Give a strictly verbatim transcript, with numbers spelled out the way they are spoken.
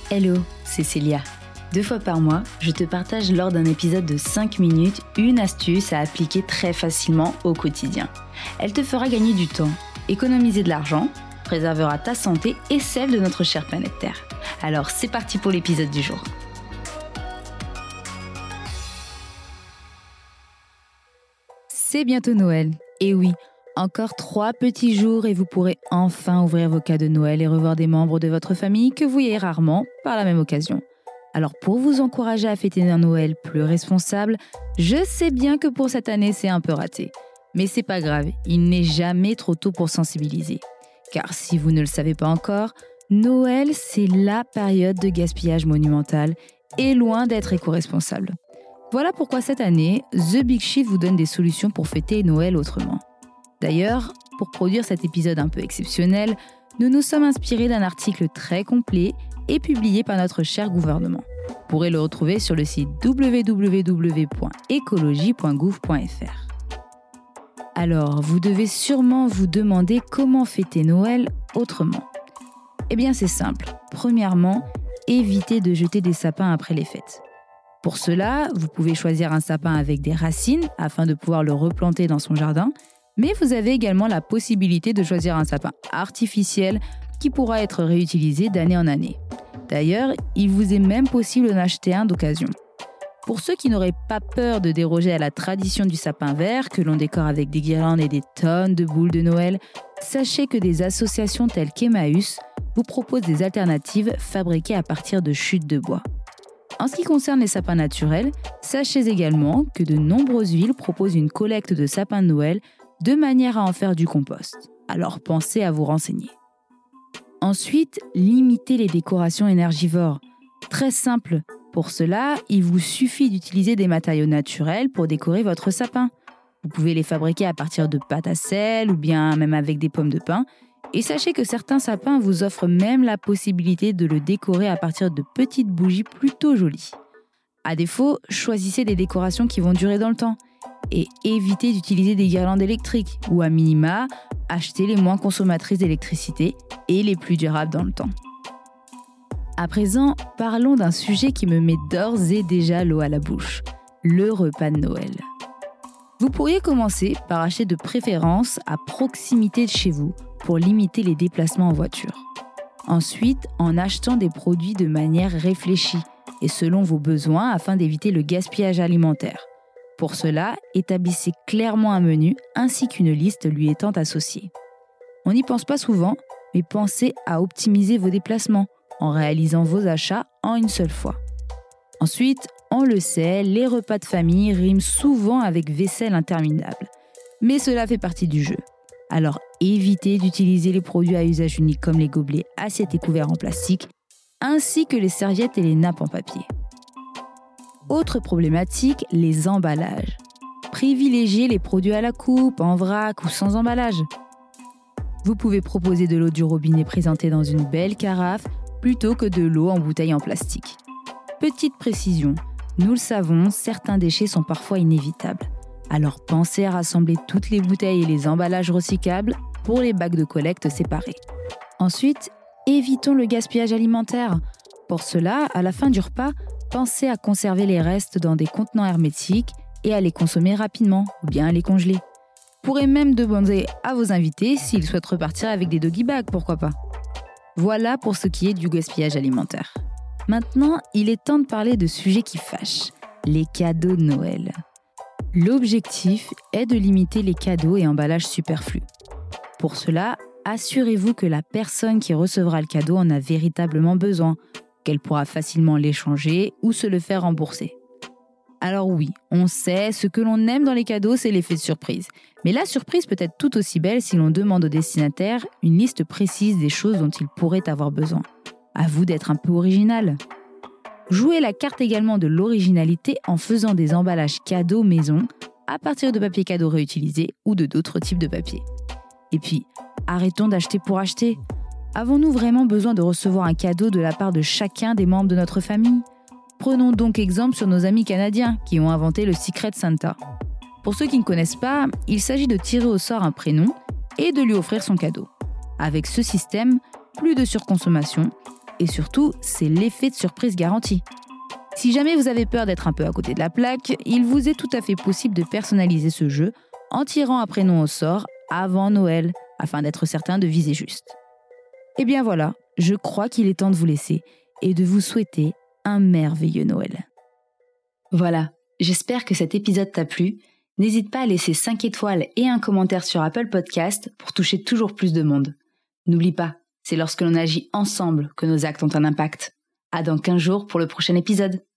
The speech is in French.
Hello, c'est Célia. Deux fois par mois, je te partage lors d'un épisode de cinq minutes une astuce à appliquer très facilement au quotidien. Elle te fera gagner du temps, économiser de l'argent, préservera ta santé et celle de notre chère planète Terre. Alors c'est parti pour l'épisode du jour. C'est bientôt Noël, et oui, encore trois petits jours et vous pourrez enfin ouvrir vos cadeaux de Noël et revoir des membres de votre famille que vous voyez rarement par la même occasion. Alors pour vous encourager à fêter un Noël plus responsable, je sais bien que pour cette année c'est un peu raté. Mais c'est pas grave, il n'est jamais trop tôt pour sensibiliser. Car si vous ne le savez pas encore, Noël c'est la période de gaspillage monumental et loin d'être éco-responsable. Voilà pourquoi cette année, The Big Shift vous donne des solutions pour fêter Noël autrement. D'ailleurs, pour produire cet épisode un peu exceptionnel, nous nous sommes inspirés d'un article très complet et publié par notre cher gouvernement. Vous pourrez le retrouver sur le site w w w point écologie point gouv point f r. Alors, vous devez sûrement vous demander comment fêter Noël autrement. Eh bien, c'est simple. Premièrement, évitez de jeter des sapins après les fêtes. Pour cela, vous pouvez choisir un sapin avec des racines afin de pouvoir le replanter dans son jardin, mais vous avez également la possibilité de choisir un sapin artificiel qui pourra être réutilisé d'année en année. D'ailleurs, il vous est même possible d'en acheter un d'occasion. Pour ceux qui n'auraient pas peur de déroger à la tradition du sapin vert que l'on décore avec des guirlandes et des tonnes de boules de Noël, sachez que des associations telles qu'Emmaüs vous proposent des alternatives fabriquées à partir de chutes de bois. En ce qui concerne les sapins naturels, sachez également que de nombreuses villes proposent une collecte de sapins de Noël de manière à en faire du compost. Alors pensez à vous renseigner. Ensuite, limitez les décorations énergivores. Très simple. Pour cela, il vous suffit d'utiliser des matériaux naturels pour décorer votre sapin. Vous pouvez les fabriquer à partir de pâte à sel ou bien même avec des pommes de pin. Et sachez que certains sapins vous offrent même la possibilité de le décorer à partir de petites bougies plutôt jolies. À défaut, choisissez des décorations qui vont durer dans le temps. Et évitez d'utiliser des guirlandes électriques ou à minima, achetez les moins consommatrices d'électricité et les plus durables dans le temps. À présent, parlons d'un sujet qui me met d'ores et déjà l'eau à la bouche, le repas de Noël. Vous pourriez commencer par acheter de préférence à proximité de chez vous pour limiter les déplacements en voiture. Ensuite, en achetant des produits de manière réfléchie et selon vos besoins afin d'éviter le gaspillage alimentaire. Pour cela, établissez clairement un menu ainsi qu'une liste lui étant associée. On n'y pense pas souvent, mais pensez à optimiser vos déplacements en réalisant vos achats en une seule fois. Ensuite, on le sait, les repas de famille riment souvent avec vaisselle interminable. Mais cela fait partie du jeu. Alors évitez d'utiliser les produits à usage unique comme les gobelets, assiettes et couverts en plastique, ainsi que les serviettes et les nappes en papier. Autre problématique, les emballages. Privilégiez les produits à la coupe, en vrac ou sans emballage. Vous pouvez proposer de l'eau du robinet présentée dans une belle carafe plutôt que de l'eau en bouteille en plastique. Petite précision, nous le savons, certains déchets sont parfois inévitables. Alors pensez à rassembler toutes les bouteilles et les emballages recyclables pour les bacs de collecte séparés. Ensuite, évitons le gaspillage alimentaire. Pour cela, à la fin du repas, pensez à conserver les restes dans des contenants hermétiques et à les consommer rapidement ou bien à les congeler. Vous pourrez même demander à vos invités s'ils souhaitent repartir avec des doggy bags, pourquoi pas. Voilà pour ce qui est du gaspillage alimentaire. Maintenant, il est temps de parler de sujets qui fâchent, les cadeaux de Noël. L'objectif est de limiter les cadeaux et emballages superflus. Pour cela, assurez-vous que la personne qui recevra le cadeau en a véritablement besoin, qu'elle pourra facilement l'échanger ou se le faire rembourser. Alors oui, on sait, ce que l'on aime dans les cadeaux, c'est l'effet de surprise. Mais la surprise peut être tout aussi belle si l'on demande au destinataire une liste précise des choses dont il pourrait avoir besoin. À vous d'être un peu original. Jouez la carte également de l'originalité en faisant des emballages cadeaux maison à partir de papier cadeau réutilisé ou de d'autres types de papier. Et puis, arrêtons d'acheter pour acheter. Avons-nous vraiment besoin de recevoir un cadeau de la part de chacun des membres de notre famille ? Prenons donc exemple sur nos amis canadiens qui ont inventé le Secret Santa. Pour ceux qui ne connaissent pas, il s'agit de tirer au sort un prénom et de lui offrir son cadeau. Avec ce système, plus de surconsommation Et surtout, c'est l'effet de surprise garanti. Si jamais vous avez peur d'être un peu à côté de la plaque, il vous est tout à fait possible de personnaliser ce jeu en tirant un prénom au sort avant Noël, afin d'être certain de viser juste. Et bien voilà, je crois qu'il est temps de vous laisser et de vous souhaiter un merveilleux Noël. Voilà, j'espère que cet épisode t'a plu. N'hésite pas à laisser cinq étoiles et un commentaire sur Apple Podcast pour toucher toujours plus de monde. N'oublie pas, c'est lorsque l'on agit ensemble que nos actes ont un impact. À dans quinze jours pour le prochain épisode.